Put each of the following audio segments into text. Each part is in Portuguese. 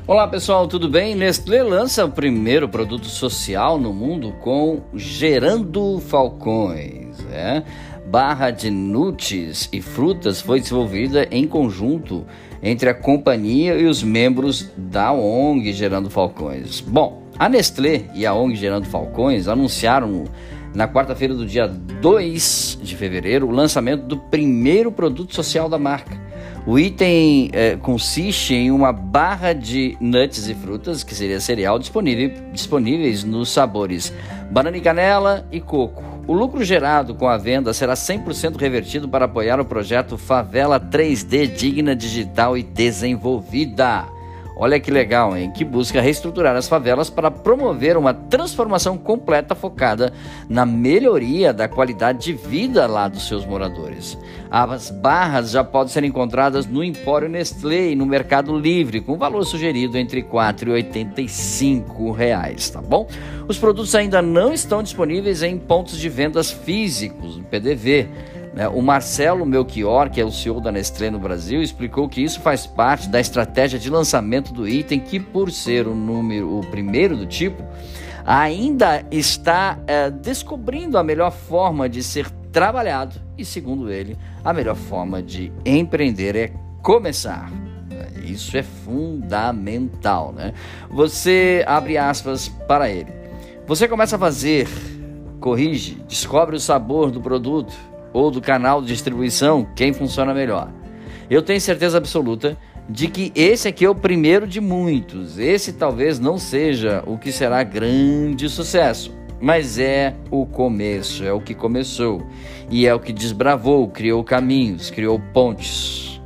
Olá pessoal, tudo bem? Nestlé lança o primeiro produto social no mundo com Gerando Falcões. Barra de nuts e frutas foi desenvolvida em conjunto entre a companhia e os membros da ONG Gerando Falcões. Bom, a Nestlé e a ONG Gerando Falcões anunciaram na quarta-feira do dia 2 de fevereiro o lançamento do primeiro produto social da marca. O item consiste em uma barra de nuts e frutas, que seria cereal, disponíveis nos sabores banana e canela e coco. O lucro gerado com a venda será 100% revertido para apoiar o projeto Favela 3D Digna, Digital e Desenvolvida. Olha que legal, hein? Que busca reestruturar as favelas para promover uma transformação completa focada na melhoria da qualidade de vida lá dos seus moradores. As barras já podem ser encontradas no Empório Nestlé e no Mercado Livre, com valor sugerido entre R$ 4 e R$ 85, tá bom? Os produtos ainda não estão disponíveis em pontos de vendas físicos, no PDV. O Marcelo Melchior, que é o CEO da Nestlé no Brasil, explicou que isso faz parte da estratégia de lançamento do item, que por ser o primeiro do tipo, ainda está descobrindo a melhor forma de ser trabalhado e, segundo ele, a melhor forma de empreender é começar. Isso é fundamental, né? Você abre aspas para ele. Você começa a fazer, corrige, descobre o sabor do produto ou do canal de distribuição, quem funciona melhor. Eu tenho certeza absoluta de que esse aqui é o primeiro de muitos. Esse talvez não seja o que será grande sucesso, mas é o começo, é o que começou e é o que desbravou, criou caminhos, criou pontes.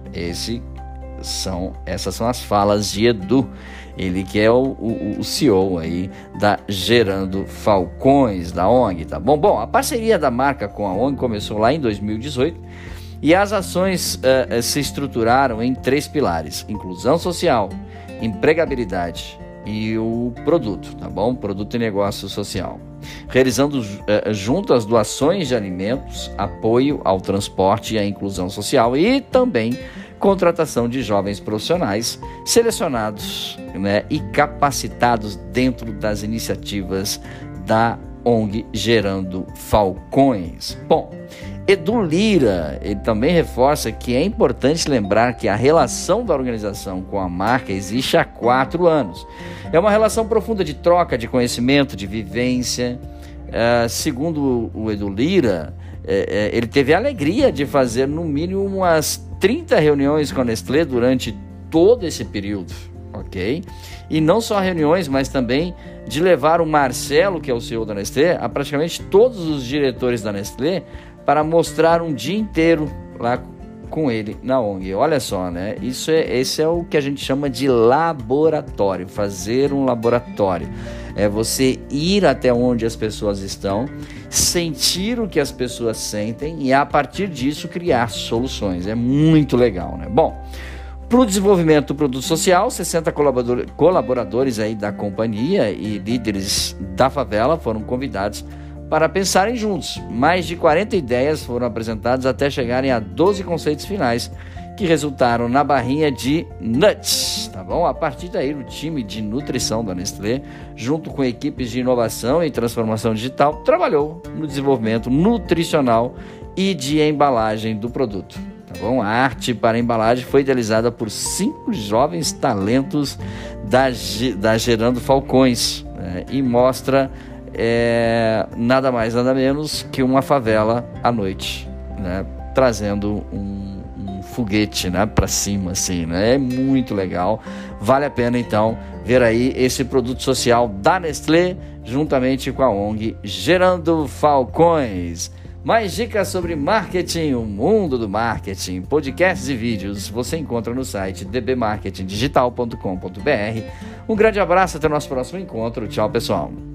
Essas são as falas de Edu, ele que é o CEO aí da Gerando Falcões, da ONG, tá bom? Bom, a parceria da marca com a ONG começou lá em 2018 e as ações se estruturaram em 3 pilares: inclusão social, empregabilidade e o produto, tá bom? Produto e negócio social. Realizando junto as doações de alimentos, apoio ao transporte e à inclusão social e também contratação de jovens profissionais selecionados, e capacitados dentro das iniciativas da ONG Gerando Falcões. Bom, Edu Lira, ele também reforça que é importante lembrar que a relação da organização com a marca existe há 4 anos. É uma relação profunda de troca de conhecimento, de vivência. Segundo o Edu Lira, ele teve a alegria de fazer no mínimo umas 30 reuniões com a Nestlé durante todo esse período, ok? E não só reuniões, mas também de levar o Marcelo, que é o CEO da Nestlé, a praticamente todos os diretores da Nestlé para mostrar um dia inteiro lá com ele na ONG. Olha só, né? Esse é o que a gente chama de laboratório, fazer um laboratório. É você ir até onde as pessoas estão, sentir o que as pessoas sentem e a partir disso criar soluções. É muito legal, né? Bom, para o desenvolvimento do produto social, 60 colaboradores aí da companhia e líderes da favela foram convidados para pensarem juntos. Mais de 40 ideias foram apresentadas até chegarem a 12 conceitos finais, que resultaram na barrinha de nuts, tá bom? A partir daí, o time de nutrição da Nestlé, junto com equipes de inovação e transformação digital, trabalhou no desenvolvimento nutricional e de embalagem do produto, tá bom? A arte para a embalagem foi idealizada por 5 jovens talentos da Gerando Falcões, e mostra nada mais, nada menos que uma favela à noite, trazendo um foguete, para cima, assim, É muito legal. Vale a pena, então, ver aí esse produto social da Nestlé, juntamente com a ONG Gerando Falcões. Mais dicas sobre marketing, o mundo do marketing, podcasts e vídeos, você encontra no site dbmarketingdigital.com.br. Um grande abraço, até o nosso próximo encontro. Tchau, pessoal.